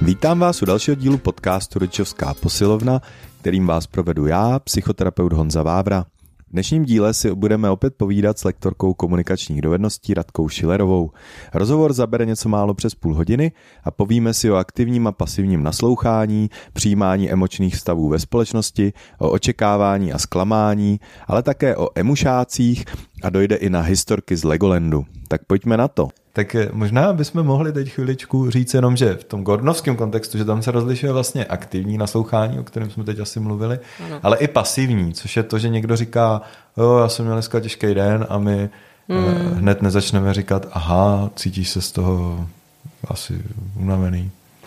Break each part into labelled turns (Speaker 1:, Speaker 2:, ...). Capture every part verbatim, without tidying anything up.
Speaker 1: Vítám vás u dalšího dílu podcastu Rodičovská posilovna, kterým vás provedu já, psychoterapeut Honza Vávra. V dnešním díle si budeme opět povídat s lektorkou komunikačních dovedností Radkou Schillerovou. Rozhovor zabere něco málo přes půl hodiny a povíme si o aktivním a pasivním naslouchání, přijímání emočních stavů ve společnosti, o očekávání a zklamání, ale také o emušácích a dojde i na historky z Legolandu. Tak pojďme na to. Tak možná bychom mohli teď chviličku říct jenom, že v tom gordonovském kontextu, že tam se rozlišuje vlastně aktivní naslouchání, o kterém jsme teď asi mluvili, ano. Ale i pasivní, což je to, že někdo říká, jo, já jsem měl dneska těžký den a my hmm. hned nezačneme říkat, aha, cítíš se z toho asi unavený,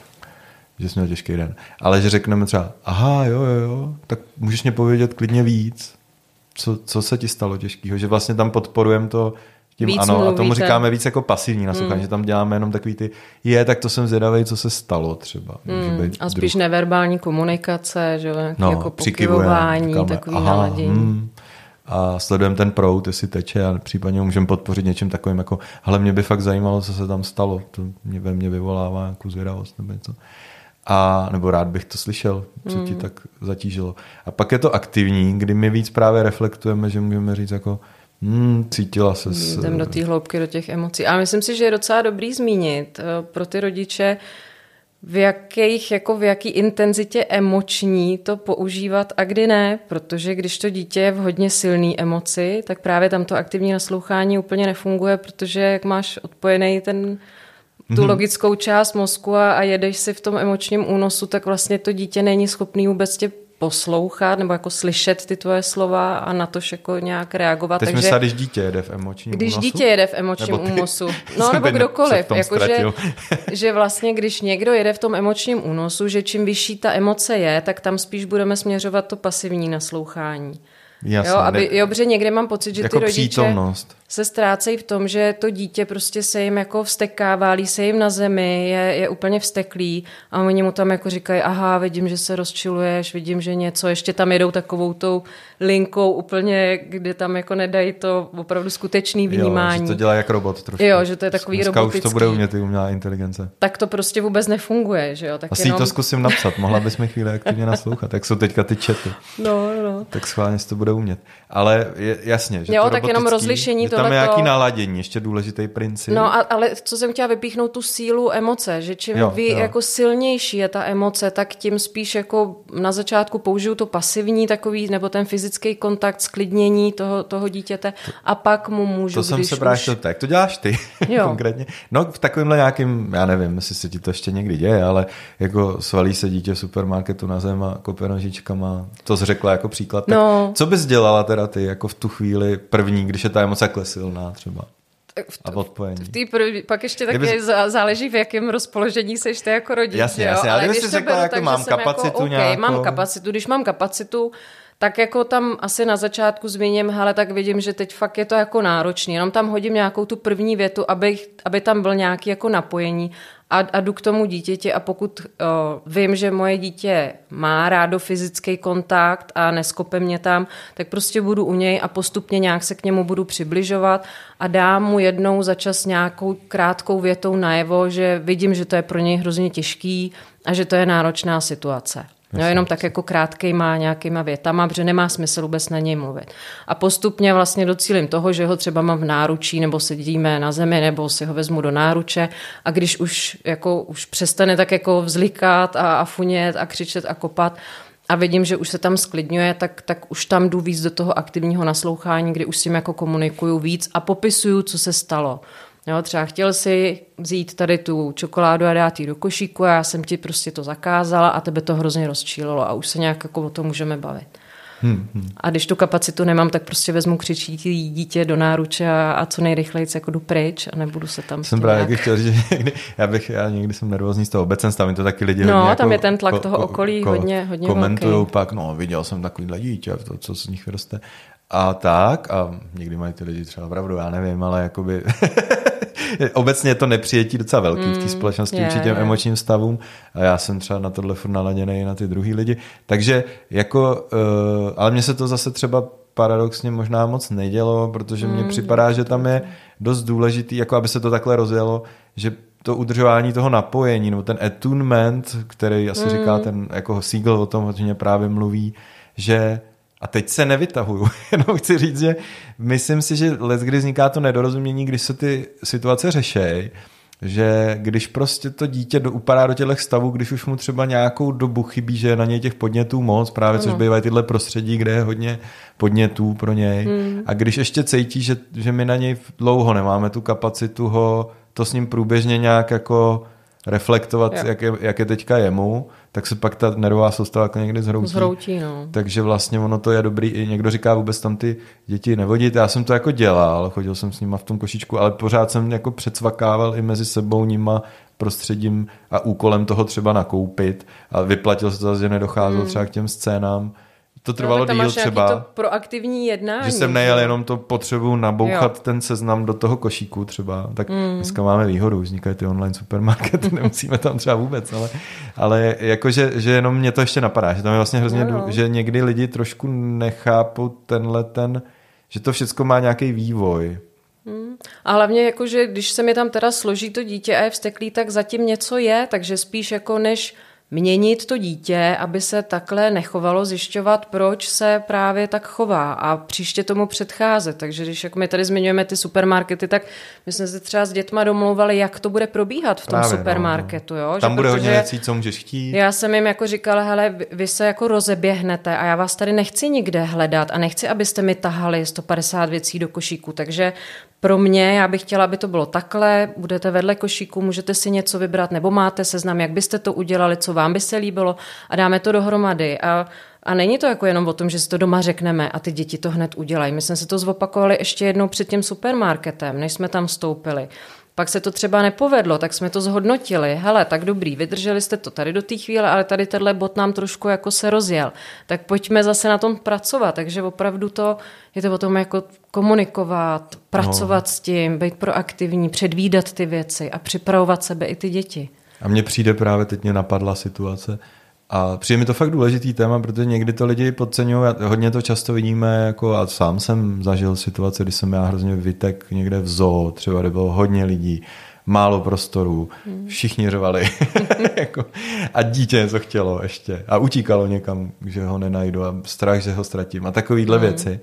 Speaker 1: že jsi měl těžký den. Ale že řekneme třeba, aha, jo, jo, jo, tak můžeš mě povědět klidně víc, co, co se ti stalo těžkýho, že vlastně tam podporujeme to, tím víc ano, mluvíte. A tomu říkáme víc jako pasivní naslouchání, mm. že tam děláme jenom takový ty, je, tak to jsem zvědavý, co se stalo třeba.
Speaker 2: Mm. Být a spíš druh. Neverbální komunikace, že
Speaker 1: no,
Speaker 2: jako pokyvování, takový aha, naladění. Mm.
Speaker 1: A sledujeme ten proud, jestli teče a případně můžeme podpořit něčím takovým jako, hele, mě by fakt zajímalo, co se tam stalo, to mě ve mně vyvolává jako zvědavost nebo něco. A nebo rád bych to slyšel, co mm. ti tak zatížilo. A pak je to aktivní, kdy my víc právě reflektujeme, že můžeme říct jako Hmm, cítila se s...
Speaker 2: Jdem do té hloubky, do těch emocí. A myslím si, že je docela dobrý zmínit pro ty rodiče, v jakých, jako v jaký intenzitě emoční to používat a kdy ne, protože když to dítě je v hodně silný emoci, tak právě tam to aktivní naslouchání úplně nefunguje, protože jak máš odpojený ten tu mm-hmm. logickou část mozku a, a jedeš si v tom emočním únosu, tak vlastně to dítě není schopný vůbec tě poslouchat nebo jako slyšet ty tvoje slova a na tož jako nějak reagovat.
Speaker 1: Teď myslím, když dítě jede v emočním
Speaker 2: když
Speaker 1: únosu?
Speaker 2: Když dítě jede v emočním únosu. No nebo kdokoliv. Jako, že, že vlastně, když někdo jede v tom emočním únosu, že čím vyšší ta emoce je, tak tam spíš budeme směřovat to pasivní naslouchání.
Speaker 1: Jasně,
Speaker 2: jo, aby, jo, protože někdy mám pocit, že
Speaker 1: jako
Speaker 2: ty rodiče
Speaker 1: přítomnost.
Speaker 2: Se ztrácejí v tom, že to dítě prostě se jim jako vzteká, válí se jim na zemi, je, je úplně vzteklý a oni mu tam jako říkají, aha, vidím, že se rozčiluješ, vidím, že něco, ještě tam jedou takovou tou linkou úplně, kde tam jako nedají to opravdu skutečný vnímání.
Speaker 1: Jo, že to dělá jak robot trošku.
Speaker 2: Jo, že to je takový
Speaker 1: Dneska
Speaker 2: robotický.
Speaker 1: Už to bude umět i umělá inteligence.
Speaker 2: Tak to prostě vůbec nefunguje, že jo. Tak
Speaker 1: asi
Speaker 2: jenom...
Speaker 1: to zkusím napsat, mohla bys mi chvíli aktivně naslouchat, jak jsou teďka ty chaty.
Speaker 2: No, no.
Speaker 1: Tak schválně si to bude umět. Ale je, jasně, že
Speaker 2: jo,
Speaker 1: to
Speaker 2: tak jenom rozlišení
Speaker 1: že tam je nějaký naladění, ještě důležitý princip.
Speaker 2: No, a, ale co jsem chtěla vypíchnout tu sílu emoce, že čím jo, vy, jo. jako silnější je ta emoce, tak tím spíš jako na začátku použiju to pasivní takový, nebo ten fyzický kontakt, sklidnění toho, toho dítěte a pak mu můžu,
Speaker 1: to jsem se právě
Speaker 2: už...
Speaker 1: chtěl, tak to děláš ty konkrétně. No v takovémhle nějakým, já nevím, jestli se ti to ještě někdy děje, ale jako svalí se dítě v supermarketu na zem a kope nožičkama, to jsi řekla jako příklad. Tak no. Co bys dělala teda ty jako v tu chvíli první, když je ta emoce klesilná třeba? A odpojení. V tý první,
Speaker 2: pak ještě taky Kdyby... záleží, v jakém rozpoložení seš ty jako rodič.
Speaker 1: Jasně, jasně. Ale když jsi řekla, beru, jako mám kapacitu jako, nějakou.
Speaker 2: Okay, mám kapacitu, když mám kapacitu, tak jako tam asi na začátku zmíním, hele, tak vidím, že teď fakt je to jako náročný. Jenom tam hodím nějakou tu první větu, aby, aby tam byl nějaký jako napojení a, a jdu k tomu dítěti a pokud o, vím, že moje dítě má rádo fyzický kontakt a neskope mě tam, tak prostě budu u něj a postupně nějak se k němu budu přibližovat a dám mu jednou za čas nějakou krátkou větou najevo, že vidím, že to je pro něj hrozně těžký a že to je náročná situace. No, jenom tak jako krátkejma nějakýma větama, protože nemá smysl vůbec na něj mluvit. A postupně vlastně docílím toho, že ho třeba mám v náručí, nebo sedíme na zemi, nebo si ho vezmu do náruče a když už, jako, už přestane tak jako vzlikat a, a funět a křičet a kopat a vidím, že už se tam sklidňuje, tak, tak už tam jdu víc do toho aktivního naslouchání, kdy už s ním jako komunikuju víc a popisuju, co se stalo. Jo, třeba chtěl si vzít tady tu čokoládu a dát ji do košíku a já jsem ti prostě to zakázala a tebe to hrozně rozčílilo a už se nějak jako o tom můžeme bavit. Hmm, hmm. A když tu kapacitu nemám, tak prostě vezmu křičící dítě do náruče a, a co nejrychleji jako jdu pryč a nebudu se tam...
Speaker 1: Jsem právě nějak... chtěl, že někdy, já, bych, já někdy jsem nervózní z toho obecenstva, mi to taky lidi
Speaker 2: no,
Speaker 1: hodně...
Speaker 2: No, tam
Speaker 1: jako,
Speaker 2: je ten tlak
Speaker 1: ko,
Speaker 2: toho okolí ko, hodně, hodně
Speaker 1: komentujou
Speaker 2: velký.
Speaker 1: Pak, no viděl jsem takovýhle dítě, to, co z nich vyroste. A tak, a někdy mají ty lidi třeba pravdu, já nevím, ale jakoby... Obecně je to nepřijetí docela velký mm, v té společnosti yeah, určitě yeah. emočním stavům a já jsem třeba na tohle furt naladěnej na ty druhý lidi. Takže jako, uh, ale mně se to zase třeba paradoxně možná moc nedělo, protože mně mm, připadá, že tam je dost důležitý, jako aby se to takhle rozjelo, že to udržování toho napojení, nebo ten attunement, který asi mm. říká ten jako Siegel o tom hodně právě mluví, že a teď se nevytahuju, jenom chci říct, že myslím si, že leckdy vzniká to nedorozumění, když se ty situace řešejí, že když prostě to dítě do, upadá do těchto stavů, když už mu třeba nějakou dobu chybí, že je na něj těch podnětů moc, právě což bývají tyhle prostředí, kde je hodně podnětů pro něj. Hmm. A když ještě cítí, že, že my na něj dlouho nemáme tu kapacitu ho to s ním průběžně nějak jako reflektovat, jak je, jak je teďka jemu, tak se pak ta nervová soustava jako někdy zhroutí.
Speaker 2: Zhroutí, no.
Speaker 1: Takže vlastně ono to je dobrý, i někdo říká vůbec tam ty děti nevodit. Já jsem to jako dělal, chodil jsem s nima v tom košíčku, ale pořád jsem jako předsvakával i mezi sebou nima prostředím a úkolem toho třeba nakoupit a vyplatil se to zase, že nedocházelo hmm. třeba k těm scénám. To trvalo
Speaker 2: no,
Speaker 1: díl třeba.
Speaker 2: To proaktivní jednání.
Speaker 1: Že jsem nejel jenom to potřebu nabouchat jo. ten seznam do toho košíku třeba. Tak mm. dneska máme výhodu, vznikají ty online supermarkety, nemusíme tam třeba vůbec, ale, ale jakože že jenom mě to ještě napadá, že tam je vlastně hrozně, no, no. že někdy lidi trošku nechápou tenhle ten, že to všecko má nějaký vývoj.
Speaker 2: Hmm. A hlavně jakože, když se mi tam teda složí to dítě a je vzteklý, tak zatím něco je, takže spíš jako než měnit to dítě, aby se takhle nechovalo, zjišťovat, proč se právě tak chová a příště tomu předcházet. Takže když jako my tady zmiňujeme ty supermarkety, tak my jsme se třeba s dětma domlouvali, jak to bude probíhat v tom právě, supermarketu.
Speaker 1: No,
Speaker 2: jo?
Speaker 1: Tam
Speaker 2: že
Speaker 1: bude hodně věcí, co můžeš chtít.
Speaker 2: Já jsem jim jako říkala, hele, vy se jako rozeběhnete a já vás tady nechci nikde hledat a nechci, abyste mi tahali sto padesát věcí do košíku, takže pro mě, já bych chtěla, aby to bylo takhle, budete vedle košíku, můžete si něco vybrat, nebo máte seznam, jak byste to udělali, co vám by se líbilo a dáme to dohromady. A, a není to jako jenom o tom, že si to doma řekneme a ty děti to hned udělají. My jsme se to zopakovali ještě jednou před tím supermarketem, než jsme tam vstoupili. Pak se to třeba nepovedlo, tak jsme to zhodnotili. Hele, tak dobrý, vydrželi jste to tady do té chvíle, ale tady tenhle bod nám trošku jako se rozjel. Tak pojďme zase na tom pracovat. Takže opravdu to je to o tom jako komunikovat, pracovat no. s tím, být proaktivní, předvídat ty věci a připravovat sebe i ty děti.
Speaker 1: A mně přijde právě, teď mě napadla situace, a přijde mi to fakt důležitý téma, protože někdy to lidi podceňují, hodně to často vidíme, jako a sám jsem zažil situace, kdy jsem já hrozně vytek někde v zoo, třeba kde bylo hodně lidí, málo prostorů, všichni řvali jako, a dítě něco chtělo ještě a utíkalo někam, že ho nenajdu a strach, že ho ztratím a takovýhle mm. věci.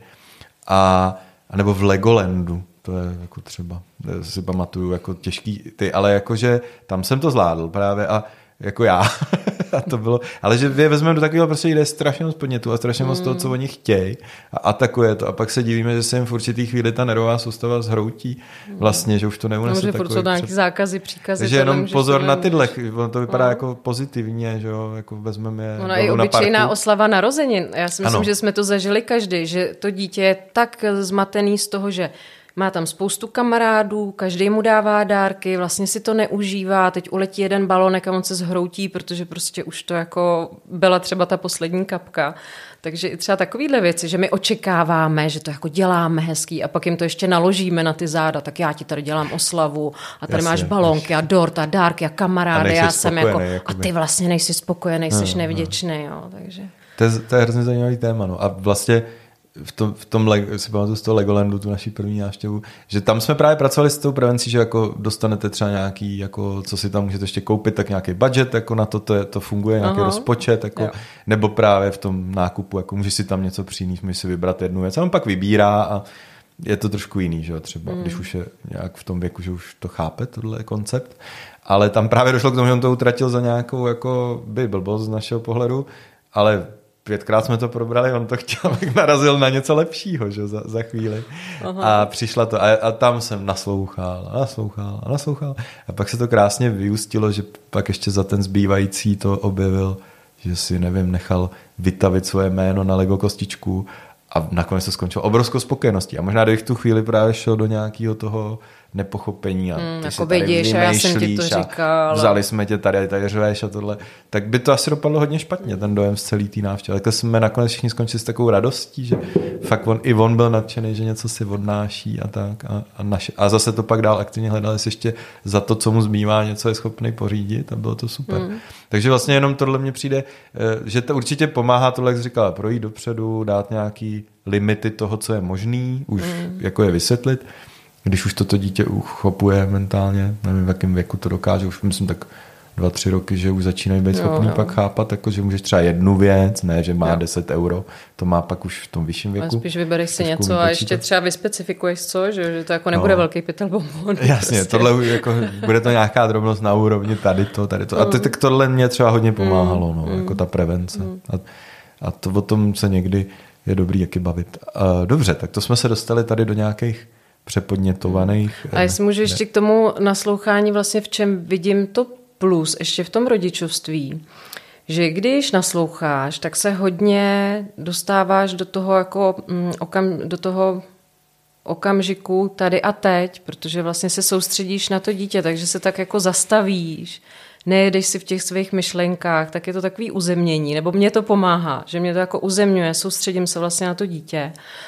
Speaker 1: A, a nebo v Legolandu, to je jako třeba, si pamatuju jako těžký, ty, ale jakože tam jsem to zvládl právě a jako já. A to bylo, ale že je vezmeme do takového prostředí, kde je strašně moc podnětů a strašně moc mm. toho, co oni chtějí a atakuje to a pak se divíme, že se jim v určitý chvíli ta nervová soustava zhroutí vlastně, že už to neunese.
Speaker 2: No, že furt jsou nějaký před... zákazy, příkazy.
Speaker 1: Takže jenom pozor na tyhle, to vypadá no. jako pozitivně, že jo, jako vezmeme je.
Speaker 2: Ona i obyčejná oslava narozenin. Já si myslím, ano. že jsme to zažili každý, že to dítě je tak zmatený z toho, že má tam spoustu kamarádů, každý mu dává dárky, vlastně si to neužívá, teď uletí jeden balonek a on se zhroutí, protože prostě už to jako byla třeba ta poslední kapka. Takže i třeba takovýhle věci, že my očekáváme, že to jako děláme hezký a pak jim to ještě naložíme na ty záda, tak já ti tady dělám oslavu a tady Jasně, máš balónky a dort a dárky a kamarády, a já jsem jako, jakoby. A ty vlastně nejsi spokojený, jsi no, nevděčný, jo, takže.
Speaker 1: To je, to je hrozně zajímavý téma, no a vlastně v tom, v tom si pamatuju z toho Legolandu, tu naší první návštěvu, že tam jsme právě pracovali s tou prevencí, že jako dostanete třeba nějaký, jako, co si tam můžete ještě koupit, tak nějaký budget, jako na to, to, to funguje, nějaký Aha. rozpočet, jako, nebo právě v tom nákupu, jako můžeš si tam něco přinést, můžeš si vybrat jednu věc, a on pak vybírá a je to trošku jiný, že jo, třeba, mm. když už je nějak v tom věku, že už to chápe, tohle koncept, ale tam právě došlo k tomu, že on to utratil za nějakou, jako by blbost z našeho pohledu, ale pětkrát jsme to probrali, on to chtěl, abych narazil na něco lepšího, že, za, za chvíli. Aha. A přišla to, a, a tam jsem naslouchal, a naslouchal, a naslouchal. A pak se to krásně vyústilo, že pak ještě za ten zbývající to objevil, že si, nevím, nechal vytavit svoje jméno na Lego kostičku a nakonec to skončilo obrovskou spokojeností. A možná kdybych v tu chvíli právě šel do nějakého toho nepochopení a ty mm, jako
Speaker 2: vidíš, a já jsem ti to říkal.
Speaker 1: Vzali jsme tě tady, tady řveš a tohle. Tak by to asi dopadlo hodně špatně, ten dojem z celý té návštěvy. Takhle jsme nakonec všichni skončili s takovou radostí, že fakt on, i on byl nadšený, že něco si odnáší a tak. A, a, naše, a zase to pak dál aktivně hledali, jestli ještě za to, co mu zbývá, něco je schopný pořídit a bylo to super. Mm. Takže vlastně jenom tohle mně přijde, že to určitě pomáhá tohle, jak jsi říkala, projít dopředu, dát nějaký limity toho, co je možný, už mm. jako je vysvětlit. Když už toto dítě uchopuje mentálně, nevím, v jakém věku to dokáže, už myslím tak dva, tři roky, že už začínají být schopný no, pak chápat, jako, že můžeš třeba jednu věc, ne, že má no. deset euro, to má pak už v tom vyšším věku.
Speaker 2: A spíš vybereš si něco a ještě třeba vyspecifikuješ co, že, že to jako nebude no. velký pytel bonbon.
Speaker 1: Jasně, prostě. Tohle jako, bude to nějaká drobnost na úrovni tady to, tady to. A to, tak tohle mě třeba hodně pomáhalo, no, mm. jako ta prevence. Mm. A, a to o tom se někdy je dobrý jaký bavit. Uh, dobře, tak to jsme se dostali tady do nějakých přepodnětovaných.
Speaker 2: A jestli můžu ještě k tomu naslouchání vlastně v čem vidím to plus ještě v tom rodičovství, že když nasloucháš, tak se hodně dostáváš do toho jako mm, okam, do toho okamžiku tady a teď, protože vlastně se soustředíš na to dítě, takže se tak jako zastavíš, nejedeš si v těch svých myšlenkách, tak je to takový uzemnění, nebo mě to pomáhá, že mě to jako uzemňuje, soustředím se vlastně na to dítě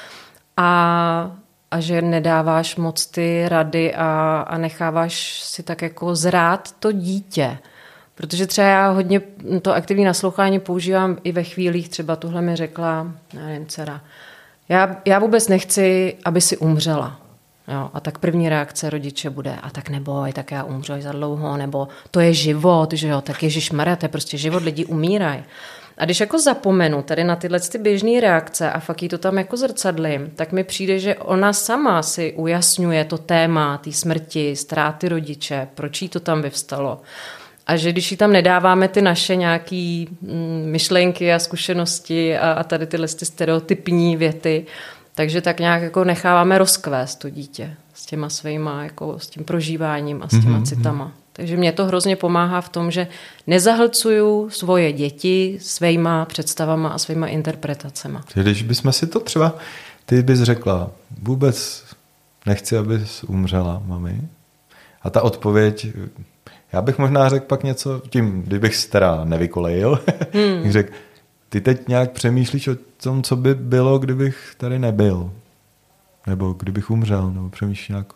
Speaker 2: a a že nedáváš moc ty rady a, a necháváš si tak jako zrát to dítě. Protože třeba já hodně to aktivní naslouchání používám i ve chvílích, třeba tuhle mi řekla, nevím, dcera, já, já vůbec nechci, aby si umřela. Jo, a tak první reakce rodiče bude, a tak neboj, tak já umřu za dlouho, nebo to je život, že jo, tak ježišmarja, to je prostě život, lidi umírají. A když jako zapomenu tady na tyhle ty běžné reakce a fakt jí to tam jako zrcadlím, tak mi přijde, že ona sama si ujasňuje to téma té smrti, ztráty rodiče, proč jí to tam vyvstalo. A že když jí tam nedáváme ty naše nějaký mm, myšlenky a zkušenosti a, a tady tyhle ty stereotypní věty, takže tak nějak jako necháváme rozkvést to dítě s těma svýma, jako s tím prožíváním a s těma mm-hmm. citama. Takže mě to hrozně pomáhá v tom, že nezahlcuju svoje děti svýma představama a svýma interpretacema.
Speaker 1: Když bychom si to třeba, ty bys řekla, vůbec nechci, abys umřela, mami. A ta odpověď, já bych možná řekl pak něco tím, kdybych se teda nevykolejil, hmm. bych řekl, ty teď nějak přemýšlíš o tom, co by bylo, kdybych tady nebyl. Nebo kdybych umřel, nebo přemýšlíš nějak.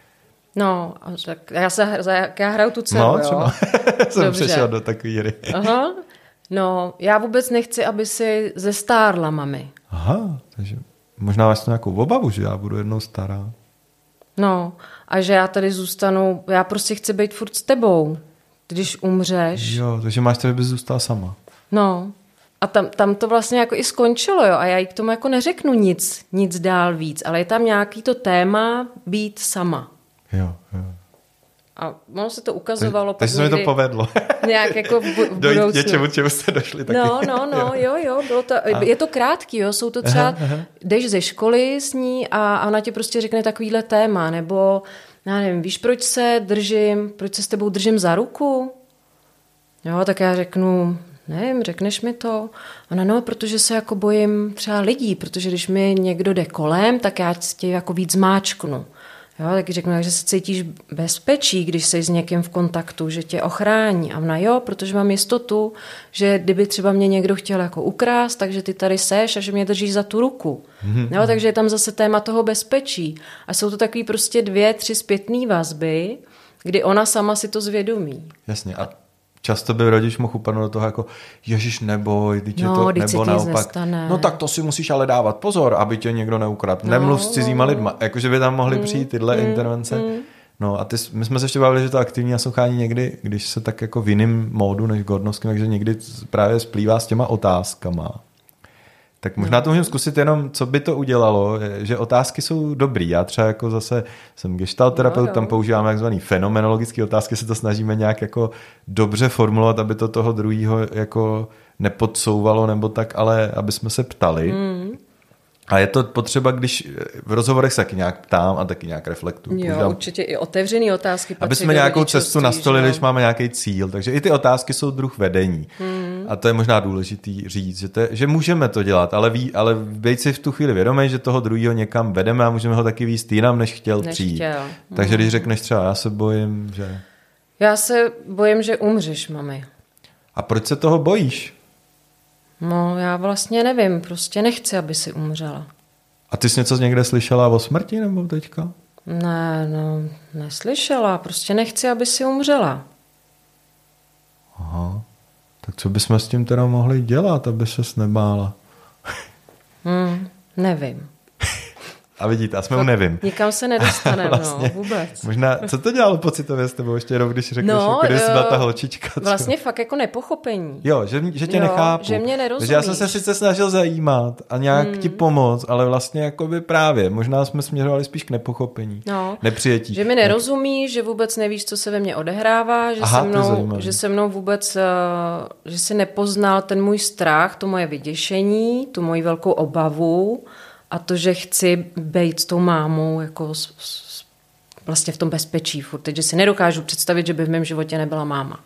Speaker 2: No, tak já, se, já hraju tu dceru,
Speaker 1: no, třeba. Jsem
Speaker 2: Dobře.
Speaker 1: přešel do takové hry.
Speaker 2: Aha. No, já vůbec nechci, aby si zestárla, mami.
Speaker 1: Aha, takže možná máš to nějakou obavu, že já budu jednou stará.
Speaker 2: No, a že já tady zůstanu, já prostě chci být furt s tebou, když umřeš.
Speaker 1: Jo, takže máš tady, bys zůstala sama.
Speaker 2: No, a tam, tam to vlastně jako i skončilo, jo, a já jí k tomu jako neřeknu nic, nic dál víc, ale je tam nějaký to téma být sama.
Speaker 1: Jo, jo.
Speaker 2: A ono se to ukazovalo.
Speaker 1: Takže se mi to povedlo.
Speaker 2: Nějak jako v, v
Speaker 1: Dojít
Speaker 2: budoucnu.
Speaker 1: něčemu, čemu jste došli taky.
Speaker 2: No, no, no, jo, jo, bylo to, a... je to krátký, jo, jsou to třeba, aha, aha. jdeš ze školy s ní a, a ona ti prostě řekne takovýhle téma, nebo, já nevím, víš, proč se držím, proč se s tebou držím za ruku? Jo, tak já řeknu, nevím, řekneš mi to? Ona, no, protože se jako bojím třeba lidí, protože když mi někdo jde kolem, tak já tě jako víc zmáčknu. Jo, taky řeknu, že se cítíš bezpečí, když jsi s někým v kontaktu, že tě ochrání. A ona, jo, protože mám jistotu, že kdyby třeba mě někdo chtěl jako ukrást, takže ty tady seš a že mě držíš za tu ruku. Mm-hmm. Jo, takže je tam zase téma toho bezpečí. A jsou to takový prostě dvě, tři zpětné vazby, kdy ona sama si to zvědomí.
Speaker 1: Jasně. A často by rodič mohl upadnout do toho jako ježiš neboj, teď
Speaker 2: no,
Speaker 1: to, nebo naopak.
Speaker 2: Nestane.
Speaker 1: No tak to si musíš ale dávat pozor, aby tě někdo neukradl. No, Nemluv s cizíma lidma. Jakože by tam mohly mm, přijít tyhle mm, intervence. Mm. No a ty, my jsme se ještě bavili, že to aktivní naslouchání někdy, když se tak jako v jiném módu než Gordnovským, takže někdy právě splývá s těma otázkama. Tak možná to můžeme zkusit jenom, co by to udělalo, že otázky jsou dobrý. Já třeba jako zase jsem gestalt terapeut, no, tam používáme takzvaný fenomenologické otázky, se to snažíme nějak jako dobře formulovat, aby to toho druhého jako nepodsouvalo nebo tak, ale aby jsme se ptali. Mm. A je to potřeba, když v rozhovorech se taky nějak ptám a taky nějak reflektuju.
Speaker 2: Jo, používám, určitě i otevřený otázky.
Speaker 1: Aby jsme nějakou cestu nastolili, když máme nějaký cíl. Takže i ty otázky jsou druh vedení. Hmm. A to je možná důležitý říct, že, to je, že můžeme to dělat, ale, ví, ale být si v tu chvíli vědomý, že toho druhého někam vedeme a můžeme ho taky víct jinam, než chtěl než přijít. Chtěl. Hmm. Takže když řekneš třeba, já se bojím, že...
Speaker 2: Já se bojím, že umřeš, mami.
Speaker 1: A proč se toho bojíš?
Speaker 2: No, já vlastně nevím, prostě nechci, aby si umřela.
Speaker 1: A ty jsi něco někde slyšela o smrti nebo teďka?
Speaker 2: Ne, no, neslyšela, prostě nechci, aby si umřela.
Speaker 1: Aha, tak co bychom s tím teda mohli dělat, aby ses nebála?
Speaker 2: Hmm, nevím.
Speaker 1: A A vidíte, a jsme u nevím.
Speaker 2: Nikam se nedostaneme, vlastně, no, vůbec.
Speaker 1: Možná, co to dělalo pocitově s tebou ještě jenom, když řekneš, no, jako, když jsi byla ta holčička? Co?
Speaker 2: Vlastně fakt jako nepochopení.
Speaker 1: Jo, že, že tě jo, nechápu.
Speaker 2: Že mě nerozumíš.
Speaker 1: Takže já jsem se sice snažil zajímat a nějak hmm. ti pomoct, ale vlastně jakoby právě, možná jsme směřovali spíš k nepochopení,
Speaker 2: no,
Speaker 1: nepřijetí.
Speaker 2: Že mi nerozumíš, že vůbec nevíš, co se ve mně odehrává, že, Aha, se, mnou, že se mnou vůbec, že si nepoznal ten můj strach, to moje vyděšení, tu moji velkou obavu a to, že chci být s tou mámou jako s, s, vlastně v tom bezpečí furt. Teď, že si nedokážu představit, že by v mém životě nebyla máma.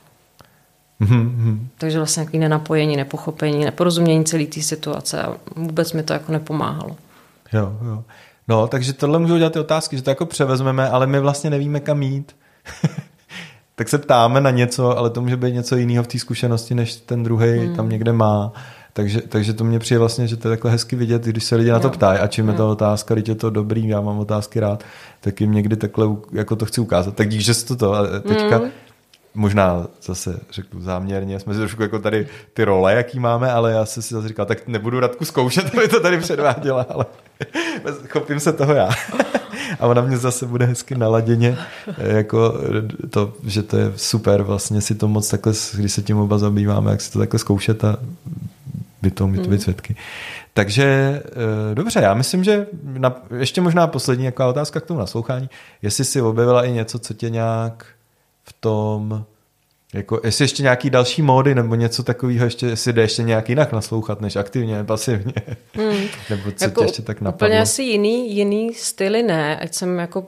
Speaker 1: Mm-hmm.
Speaker 2: Takže vlastně nějaké nenapojení, nepochopení, neporozumění celé té situace a vůbec mi to jako nepomáhalo.
Speaker 1: Jo, jo. No, takže tohle můžou dělat ty otázky, že to jako převezmeme, ale my vlastně nevíme, kam jít. Tak se ptáme na něco, ale to může být něco jiného v té zkušenosti, než ten druhej hmm. tam někde má. Takže, takže to mě přijde vlastně, že to je takhle hezky vidět, když se lidi jo. na to ptají a čím jo. je ta otázka, když je to dobrý, já mám otázky rád, tak jim někdy takhle jako to chci ukázat. Tak dík, že jsi to to. A teďka hmm. možná zase řeknu záměrně, jsme si trošku jako tady ty role, jaký máme, ale já jsem si zase říkal, tak nebudu Radku zkoušet, aby to tady předváděla, ale chopím se toho já. A ona mě zase bude hezky naladěně, jako to, že to je super vlastně si to moc takhle, když se tím oba zabýváme, jak si to takhle zkoušet a by to mít být svědky. Takže dobře, já myslím, že na, ještě možná poslední jako otázka k tomu naslouchání, jestli si objevila i něco, co tě nějak v tom, jako jestli ještě nějaký další módy nebo něco takového, ještě, jestli jde ještě nějak jinak naslouchat, než aktivně, pasivně. Hmm. Nebo co jako tě ještě tak napadlo?
Speaker 2: Úplně asi jiný, jiný styly ne, ať jsem jako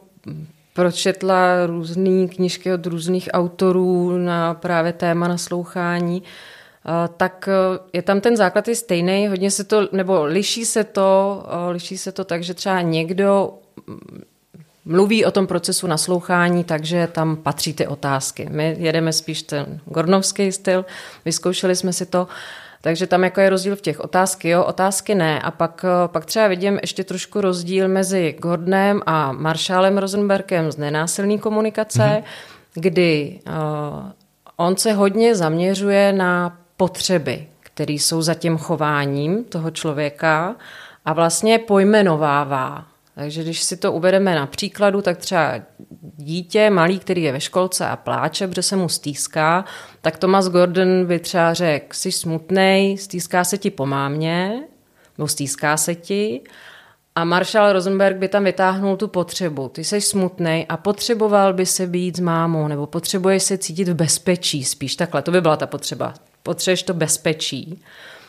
Speaker 2: pročetla různé knížky od různých autorů na právě téma naslouchání, tak je tam ten základ i stejný, hodně se to, nebo liší se to, liší se to tak, že třeba někdo mluví o tom procesu naslouchání, takže tam patří ty otázky. My jedeme spíš ten gordonovský styl, vyzkoušeli jsme si to, takže tam jako je rozdíl v těch otázky, jo, otázky ne. A pak, pak třeba vidím ještě trošku rozdíl mezi Gordonem a Marshallem Rosenbergem z nenásilné komunikace, mm-hmm. kdy uh, on se hodně zaměřuje na potřeby, které jsou za tím chováním toho člověka a vlastně pojmenovává. Takže když si to uvedeme na příkladu, tak třeba dítě malý, který je ve školce a pláče, protože se mu stýská, tak Thomas Gordon by třeba řekl, jsi smutnej, stýská se ti po mámě, nebo stýská se ti, a Marshall Rosenberg by tam vytáhnul tu potřebu. Ty jsi smutnej a potřeboval by se být s mámou, nebo potřebuješ se cítit v bezpečí, spíš takhle, to by byla ta potřeba. Potřebuješ to bezpečí.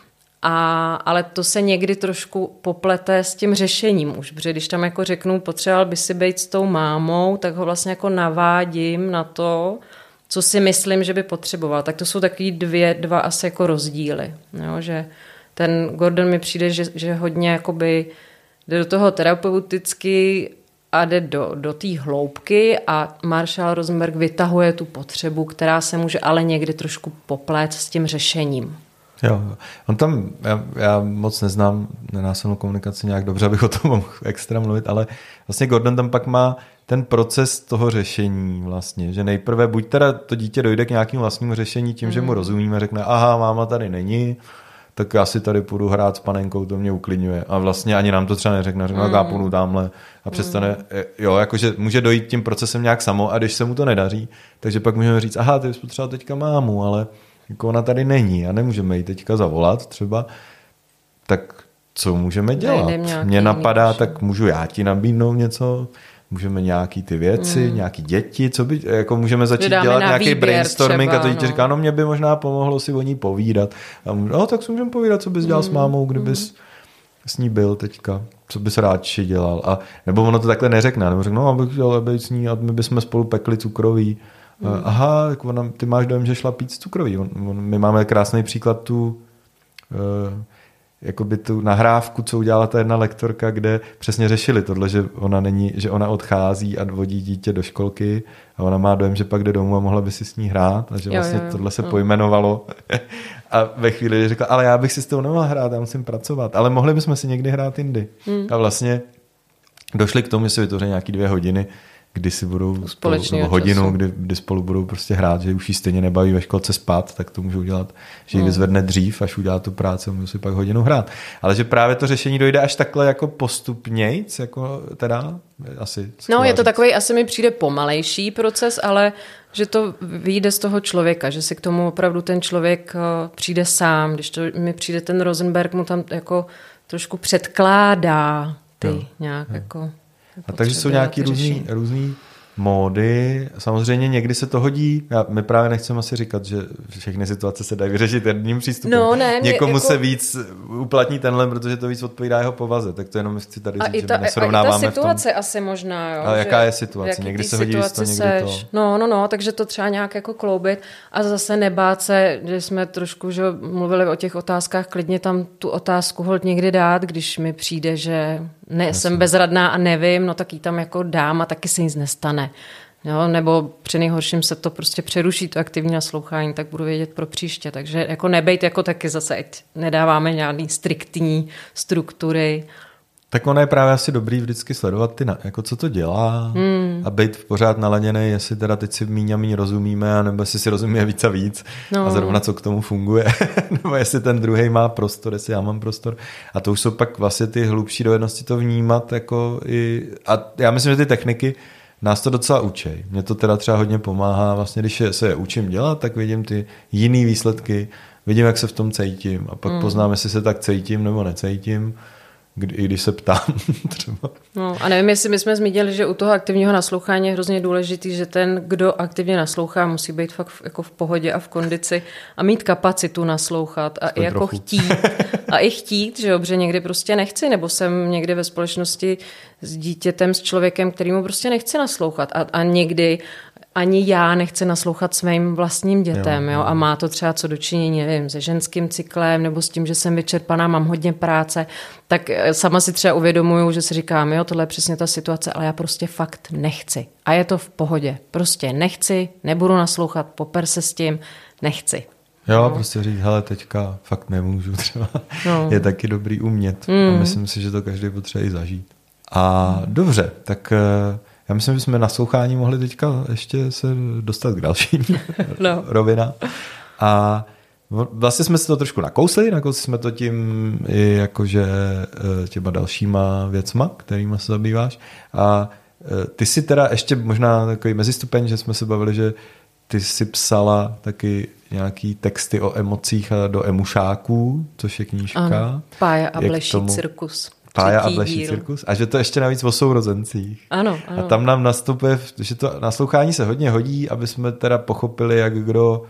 Speaker 2: A, ale to se někdy trošku poplete s tím řešením už, protože když tam jako řeknu, potřeboval by si být s tou mámou, tak ho vlastně jako navádím na to, co si myslím, že by potřeboval. Tak to jsou takový dvě, dva asi jako rozdíly. Jo, že ten Gordon mi přijde, že, že hodně jakoby jde do toho terapeuticky a jde do, do té hloubky a Marshall Rosenberg vytahuje tu potřebu, která se může ale někdy trošku poplet s tím řešením.
Speaker 1: Jo, on tam, já, já moc neznám nenásilnou komunikaci nějak dobře, abych o tom mohl extra mluvit, ale vlastně Gordon tam pak má ten proces toho řešení vlastně, že nejprve buď teda to dítě dojde k nějakému vlastnímu řešení tím, mm. že mu rozumíme, řekne, aha, máma tady není, tak já si tady půjdu hrát s panenkou, to mě uklidňuje. A vlastně ani nám to třeba neřekne, řekne, mm. já půjdu tamhle a přestane, mm. jo, jakože může dojít tím procesem nějak samo a když se mu to nedaří, takže pak můžeme říct, aha, ty jsi potřeboval teďka mámu, ale jako ona tady není a nemůžeme jí teďka zavolat třeba, tak co můžeme dělat? Mně napadá, tak můžu já ti nabídnout něco, můžeme nějaký ty věci, mm. nějaký děti, co by, jako můžeme začít dělat nějaký brainstorming třeba, a to dítě no. říká, no mě by možná pomohlo si o ní povídat. A můžu, no tak si můžeme povídat, co bys dělal mm. s mámou, kdybys mm. s ní byl teďka, co bys radši dělal. A, nebo ono to takhle neřekne, nebo řekne, no abych chtěl být s ní a my bychom spolu pekli cukroví. Hmm. Aha, jako ona, ty máš dojem, že šla pít cukroví. On, on, my máme krásný příklad tu, uh, jakoby tu nahrávku, co udělala ta jedna lektorka, kde přesně řešili tohle, že ona není, že ona odchází a vodí dítě do školky a ona má dojem, že pak jde domů a mohla by si s ní hrát a že jo, vlastně jo, jo. tohle se hmm. pojmenovalo. A ve chvíli řekla, ale já bych si s tou nemohla hrát, já musím pracovat, ale mohli bychom si někdy hrát jindy. Hmm. A vlastně došli k tomu, že se vytvořili nějaký dvě hodiny, kdy si budou spolu, hodinu, kdy, kdy spolu budou prostě hrát, že už jí stejně nebaví ve školce spát, tak to můžou dělat, že ji vyzvedne dřív, až udělá tu práci a můžou si pak hodinu hrát. Ale že právě to řešení dojde až takhle jako postupnějc, jako teda asi.
Speaker 2: No, je to takový, asi mi přijde pomalejší proces, ale že to vyjde z toho člověka, že si k tomu opravdu ten člověk přijde sám, když to mi přijde ten Rosenberg, mu tam jako trošku předkládá ty jo, nějak jo. jako...
Speaker 1: A takže jsou nějaký různý, různý módy. Samozřejmě někdy se to hodí. Já, my právě nechceme asi říkat, že všechny situace se dají vyřešit jedním přístupem.
Speaker 2: No, ne,
Speaker 1: Někomu
Speaker 2: jako...
Speaker 1: se víc uplatní tenhle, protože to víc odpovídá jeho povaze. Tak to jenom chci tady
Speaker 2: a
Speaker 1: říct,
Speaker 2: i ta,
Speaker 1: že my nesrovnáváme
Speaker 2: a i ta situace
Speaker 1: v tom.
Speaker 2: asi možná. Jo,
Speaker 1: ale
Speaker 2: že,
Speaker 1: jaká je situace? Někdy se hodí to, někdy seš. to.
Speaker 2: No, no, no, takže to třeba nějak jako kloubit a zase nebát se, že jsme trošku že mluvili o těch otázkách, klidně tam tu otázku holt někdy dát, když mi přijde, že ne, jsem bezradná a nevím, no tak jí tam jako dám a taky se nic nestane. Jo, nebo při nejhorším se to prostě přeruší, to aktivní naslouchání, tak budu vědět pro příště. Takže jako nebejt jako taky zase, ať nedáváme žádný striktní struktury.
Speaker 1: Tak ono je právě asi dobrý vždycky sledovat ty, jako co to dělá hmm. a být pořád naladěný, jestli teda teď si míň a míň rozumíme, a nebo jestli si rozumíme víc a víc no. a zrovna co k tomu funguje, nebo jestli ten druhej má prostor, jestli já mám prostor. A to už jsou pak vlastně ty hlubší dovednosti to vnímat. Jako i, a já myslím, že ty techniky nás to docela učej. Mě to teda třeba hodně pomáhá. Vlastně, když se je učím dělat, tak vidím ty jiný výsledky, vidím, jak se v tom cítím a pak mm. poznám, jestli se tak cítím nebo necítím, kdy, i když se ptám třeba.
Speaker 2: No, a nevím, jestli my jsme zmínili, že u toho aktivního naslouchání je hrozně důležitý, že ten, kdo aktivně naslouchá, musí být fakt jako v pohodě a v kondici a mít kapacitu naslouchat a i jako trochu. chtít. A i chtít, že dobře, někdy prostě nechci, nebo jsem někdy ve společnosti s dítětem, s člověkem, kterýmu prostě nechci naslouchat. A, a někdy ani já nechci naslouchat svým vlastním dětem, jo, jo, a má to třeba co dočinění, nevím, se ženským cyklem, nebo s tím, že jsem vyčerpaná, mám hodně práce, tak sama si třeba uvědomuju, že si říkám, jo, tohle je přesně ta situace, ale já prostě fakt nechci. A je to v pohodě. Prostě nechci, nebudu naslouchat, poper se s tím, nechci.
Speaker 1: Jo, no. Prostě říct, hele, teďka fakt nemůžu třeba. No. Je taky dobrý umět. Mm. A myslím si, že to každý potřebuje zažít. A mm. dobře, tak já myslím, že jsme na naslouchání mohli teďka ještě se dostat k dalším no. rovinám. A vlastně jsme se to trošku nakousli, nakousli jsme to tím i jakože těma dalšíma věcma, kterýma se zabýváš. A ty si teda ještě možná takový mezistupeň, že jsme se bavili, že ty si psala taky nějaký texty o emocích a do emušáků, což je knížka.
Speaker 2: Ano, Pája a bleší tomu... cirkus.
Speaker 1: Pája a bleší cirkus. A že to ještě navíc o sourozencích.
Speaker 2: Ano, ano.
Speaker 1: A tam nám nastupuje, že to naslouchání se hodně hodí, aby jsme teda pochopili, jak kdo,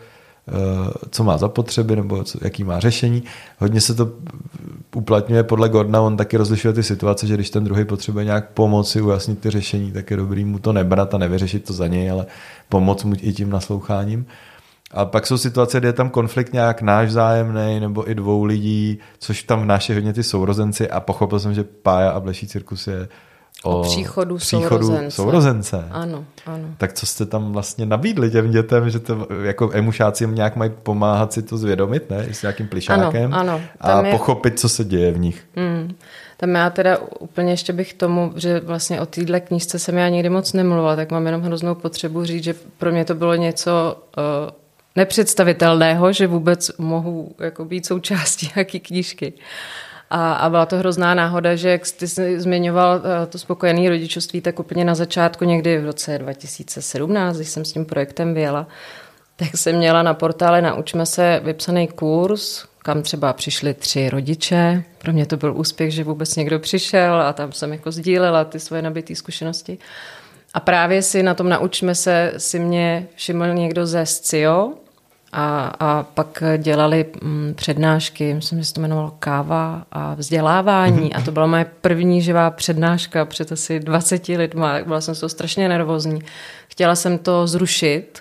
Speaker 1: co má zapotřeby, nebo co, jaký má řešení. Hodně se to uplatňuje podle Gordona, on taky rozlišuje ty situace, že když ten druhý potřebuje nějak pomoci, ujasnit ty řešení, tak je dobrý mu to nebrat a nevyřešit to za něj, ale pomoct mu i tím nasloucháním. A pak jsou situace, kde je tam konflikt nějak náš vzájemný nebo i dvou lidí, což tam vnáší hodně ty sourozenci a pochopil jsem, že Pája a bleší cirkus je o,
Speaker 2: o příchodu,
Speaker 1: příchodu sourozence. sourozence.
Speaker 2: Ano, ano.
Speaker 1: Tak co jste tam vlastně nabídli těm dětem, že to jako emušáci jim nějak mají pomáhat si to zvědomit, ne? S nějakým plišákem
Speaker 2: ano, ano.
Speaker 1: a
Speaker 2: je...
Speaker 1: pochopit, co se děje v nich.
Speaker 2: Hmm. Tam já teda úplně ještě bych tomu, že vlastně o téhle knížce jsem já nikdy moc nemluvila, tak mám jenom hroznou potřebu říct, že pro mě to bylo něco... Uh, nepředstavitelného, že vůbec mohu jako být součástí nějaký knížky. A, a byla to hrozná náhoda, že jak ty jsi zmiňoval to spokojené rodičovství, tak úplně na začátku někdy v roce dva tisíce sedmnáct, když jsem s tím projektem vyjela, tak jsem měla na portále Naučme se vypsaný kurz, kam třeba přišli tři rodiče. Pro mě to byl úspěch, že vůbec někdo přišel a tam jsem jako sdílela ty svoje nabité zkušenosti. A právě si na tom Naučme se si mě všiml někdo ze S C I O a, a pak dělali m, přednášky, myslím, že se to jmenovalo Káva a vzdělávání a to byla moje první živá přednáška před asi dvaceti lidma. Byla jsem z toho strašně nervózní. Chtěla jsem to zrušit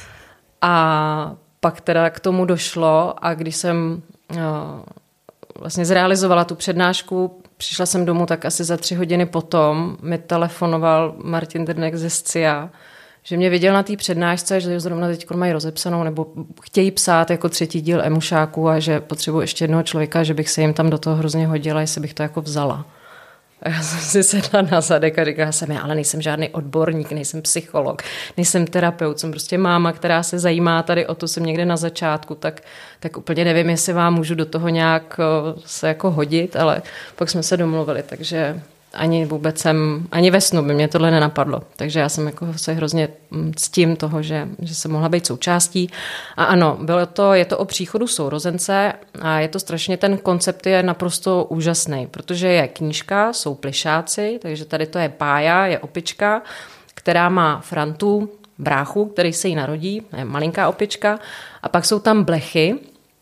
Speaker 2: a pak teda k tomu došlo a když jsem no, vlastně zrealizovala tu přednášku, přišla jsem domů tak asi za tři hodiny potom, mi telefonoval Martin Drnek ze S C I A, že mě viděl na té přednášce, že zrovna teď mají rozepsanou, nebo chtějí psát jako třetí díl emušáků a že potřebuji ještě jednoho člověka, že bych se jim tam do toho hrozně hodila, jestli bych to jako vzala. A já jsem si sedla na zadek a říkala jsem, já ale nejsem žádný odborník, nejsem psycholog, nejsem terapeut, jsem prostě máma, která se zajímá tady o to, jsem někde na začátku, tak, tak úplně nevím, jestli vám můžu do toho nějak se jako hodit, ale pak jsme se domluvili, takže ani vůbec jsem, ani ve snu by mě tohle nenapadlo. Takže já jsem jako se hrozně ctím toho, že, že jsem mohla být součástí. A ano, bylo to, je to o příchodu sourozence a je to strašně, ten koncept je naprosto úžasný, protože je knížka, jsou plišáci, takže tady to je Pája, je opička, která má Frantu, bráchu, který se jí narodí, je malinká opička, a pak jsou tam blechy.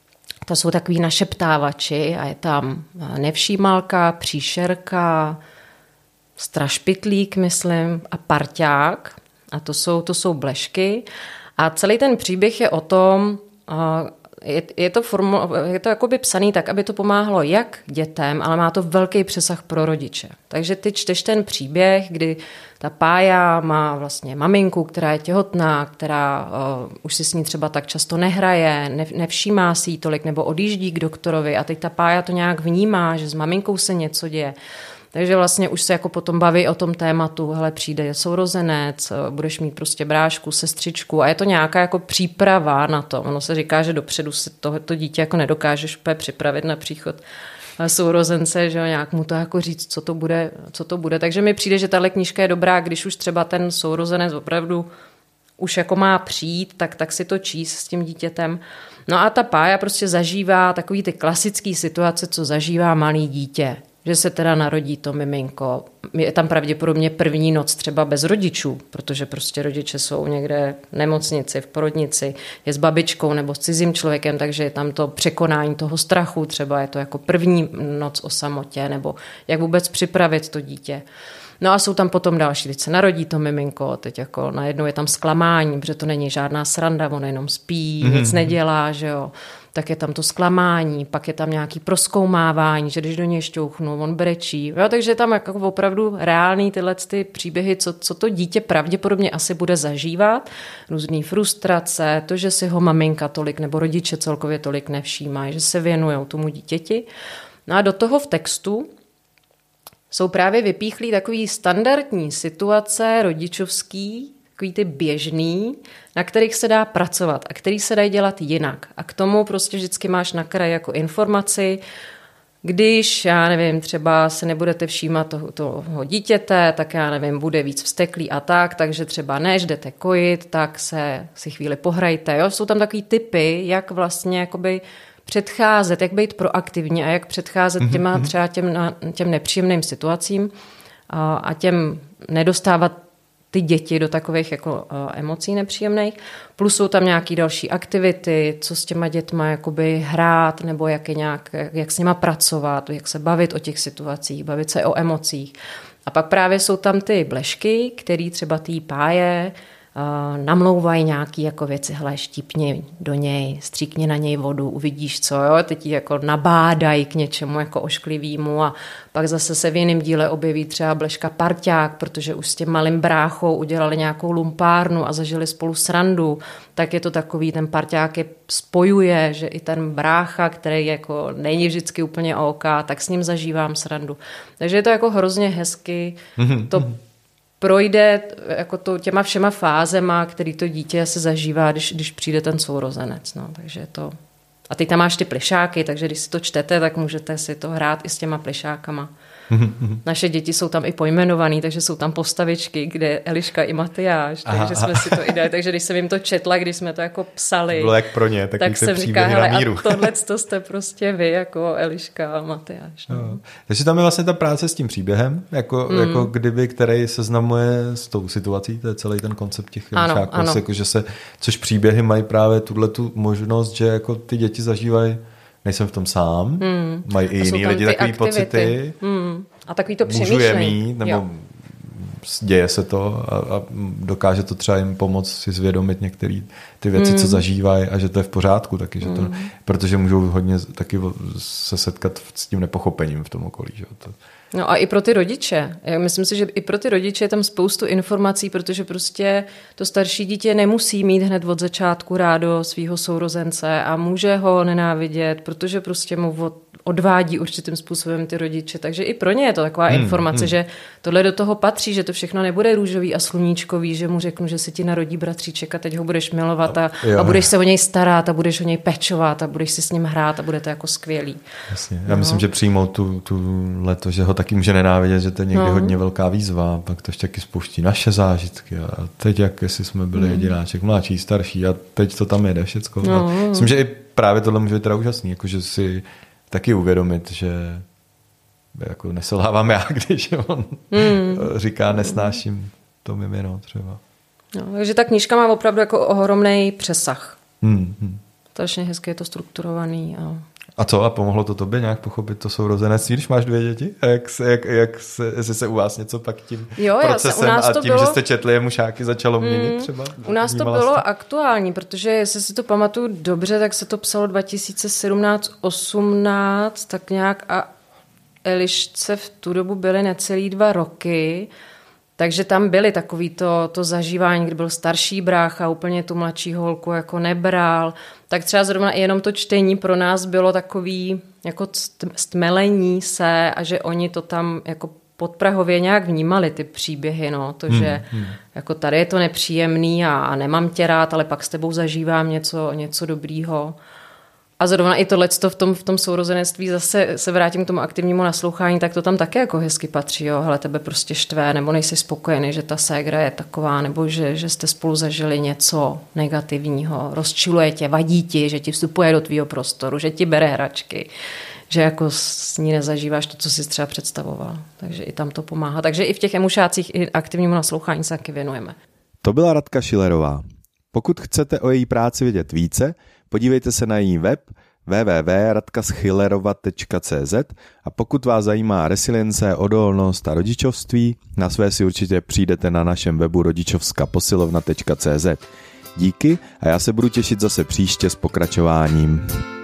Speaker 2: To jsou takový našeptávači a je tam nevšímalka, příšerka, strašpitlík, myslím, a parťák. A to jsou, to jsou blešky. A celý ten příběh je o tom, je, je to, formu, je to jakoby psaný tak, aby to pomáhalo jak dětem, ale má to velký přesah pro rodiče. Takže ty čteš ten příběh, kdy ta Pája má vlastně maminku, která je těhotná, která uh, už si s ní třeba tak často nehraje, ne, nevšímá si jí tolik nebo odjíždí k doktorovi a teď ta Pája to nějak vnímá, že s maminkou se něco děje. Takže vlastně už se jako potom baví o tom tématu, hele, přijde sourozenec, budeš mít prostě brášku, sestřičku a je to nějaká jako příprava na to. Ono se říká, že dopředu si tohleto dítě jako nedokážeš úplně připravit na příchod sourozence, že nějak mu to jako říct, co to bude, co to bude. Takže mi přijde, že tahle knížka je dobrá, když už třeba ten sourozenec opravdu už jako má přijít, tak, tak si to číst s tím dítětem. No a ta Pája prostě zažívá takový ty klasický situace, co zažívá malý dítě. Že se teda narodí to miminko. Je tam pravděpodobně první noc třeba bez rodičů, protože prostě rodiče jsou někde v nemocnici, v porodnici, je s babičkou nebo s cizím člověkem, takže je tam to překonání toho strachu, třeba je to jako první noc o samotě, nebo jak vůbec připravit to dítě. No a jsou tam potom další, teď se narodí to miminko, teď jako najednou je tam zklamání, protože to není žádná sranda, on jenom spí, mm-hmm. nic nedělá, že jo. Tak je tam to zklamání, pak je tam nějaký prozkoumávání, že když do něj šťouchnu, on brečí. Jo, takže je tam jako opravdu reálný tyhle ty příběhy, co, co to dítě pravděpodobně asi bude zažívat. Různý frustrace, to, že si ho maminka tolik nebo rodiče celkově tolik nevšímají, že se věnujou tomu dítěti. No a do toho v textu jsou právě vypíchlí takový standardní situace rodičovský, takový ty běžný, na kterých se dá pracovat a který se dají dělat jinak. A k tomu prostě vždycky máš na kraji jako informaci, když, já nevím, třeba se nebudete všímat toho, toho dítěte, tak já nevím, bude víc vzteklý a tak, takže třeba než jdete kojit, tak se si chvíli pohrajte. Jo? Jsou tam takový typy, jak vlastně jakoby předcházet, jak být proaktivní a jak předcházet těma třeba těm, těm nepříjemným situacím a, a těm nedostávat ty děti do takových jako uh, emocí nepříjemných. Plus jsou tam nějaké další aktivity, co s těma dětma jakoby hrát, nebo jak, je nějak, jak s nima pracovat, jak se bavit o těch situacích, bavit se o emocích. A pak právě jsou tam ty blešky, který třeba tý Páje uh, namlouvají nějaké jako věci, hele, štípni do něj, stříkni na něj vodu, uvidíš co, jo, teď ji jako nabádají k něčemu jako ošklivýmu a pak zase se v jiném díle objeví třeba bleška parťák, protože už s tím malým bráchou udělali nějakou lumpárnu a zažili spolu srandu, tak je to takový, ten parťák je spojuje, že i ten brácha, který jako není vždycky úplně OK, tak s ním zažívám srandu. Takže je to jako hrozně hezky, to projde jako to, těma všema fázema, který to dítě se zažívá, když, když přijde ten sourozenec. No, takže je to... A teď tam máš ty plišáky, takže když si to čtete, tak můžete si to hrát i s těma plišákama. Naše děti jsou tam i pojmenovaný, takže jsou tam postavičky, kde Eliška i Matyáš, takže aha, jsme si to i dali. Takže když jsem jim to četla, když jsme to jako psali,
Speaker 1: bylo jak pro ně,
Speaker 2: tak jsem říkala, hele, a tohle to jste prostě vy, jako Eliška a Matyáš. No. No.
Speaker 1: Takže tam je vlastně ta práce s tím příběhem, jako, mm. jako kdyby, který seznamuje s tou situací, to je celý ten koncept těch Elišáků, jako, že se, což příběhy mají právě tuhletu možnost, že jako ty děti zažívají, nejsem v tom sám, hmm. mají i jiný lidi takový aktivity. Pocity.
Speaker 2: Hmm. A takový to
Speaker 1: přemýšlení. Můžu je mít, nebo jo. děje se to a, a dokáže to třeba jim pomoct si zvědomit některé ty věci, hmm. co zažívají a že to je v pořádku taky, že to, hmm. protože můžou hodně taky se setkat s tím nepochopením v tom okolí. Že to,
Speaker 2: No a i pro ty rodiče. Já myslím si, že i pro ty rodiče je tam spoustu informací, protože prostě to starší dítě nemusí mít hned od začátku rádo svého sourozence a může ho nenávidět, protože prostě mu odvádí určitým způsobem ty rodiče. Takže i pro ně je to taková hmm, informace, hmm. že tohle do toho patří, že to všechno nebude růžový a sluníčkový, že mu řeknu, že se ti narodí bratříček a teď ho budeš milovat a, a budeš se o něj starat a budeš o něj pečovat a budeš si s ním hrát a bude to jako skvělý.
Speaker 1: Jasně. Já no. myslím, že přijmout tu, tu leto, že ho taky může nenávidět, že to je někdy no. hodně velká výzva, pak to ještě taky spouští naše zážitky a teď jak jestli jsme byli hmm. jedináček, mladší, starší a teď to tam jede všecko. No. Myslím, že i právě tohle může být teda úžasný, jakože si taky uvědomit, že jako neselhávám já, když on mm. říká nesnáším to mimino třeba.
Speaker 2: No, takže ta knížka má opravdu jako ohromný přesah.
Speaker 1: Mm. Mm.
Speaker 2: Strašně hezky je to strukturovaný. A...
Speaker 1: a co? A pomohlo to tobě nějak pochopit to sourozenectví, když máš dvě děti? A jak se, jak, jak se, jestli se u vás něco pak tím
Speaker 2: jo,
Speaker 1: procesem a tím, bylo... že jste četli je mušáky, začalo měnit mm. třeba?
Speaker 2: U nás to bylo jste? aktuální, protože jestli si to pamatuju dobře, tak se to psalo dva tisíce sedmnáct osmnáct, tak nějak a Elišce v tu dobu byly necelý dva roky, takže tam byly takový to, to zažívání, kdy byl starší brácha, úplně tu mladší holku jako nebral. Tak třeba zrovna i jenom to čtení pro nás bylo takový jako stmelení se a že oni to tam jako podprahově nějak vnímali ty příběhy, no, to, hmm, že hmm. jako tady je to nepříjemný a, a nemám tě rád, ale pak s tebou zažívám něco, něco dobrýho. A zrovna i tohleto v tom, v tom sourozenectví, zase se vrátím k tomu aktivnímu naslouchání, tak to tam také jako hezky patří, jo, hele, tebe prostě štve, nebo nejsi spokojený, že ta ségra je taková, nebo že, že jste spolu zažili něco negativního, rozčiluje tě, vadí ti, že ti vstupuje do tvýho prostoru, že ti bere hračky, že jako s ní nezažíváš to, co jsi třeba představoval. Takže i tam to pomáhá. Takže i v těch emušácích i aktivnímu naslouchání se taky věnujeme.
Speaker 1: To byla Radka Schillerová. Pokud chcete o její práci vědět více, podívejte se na její web w w w tečka radka schillerova tečka c z a pokud vás zajímá resilience, odolnost a rodičovství, na své si určitě přijdete na našem webu rodičovská posilovna tečka c z. Díky a já se budu těšit zase příště s pokračováním.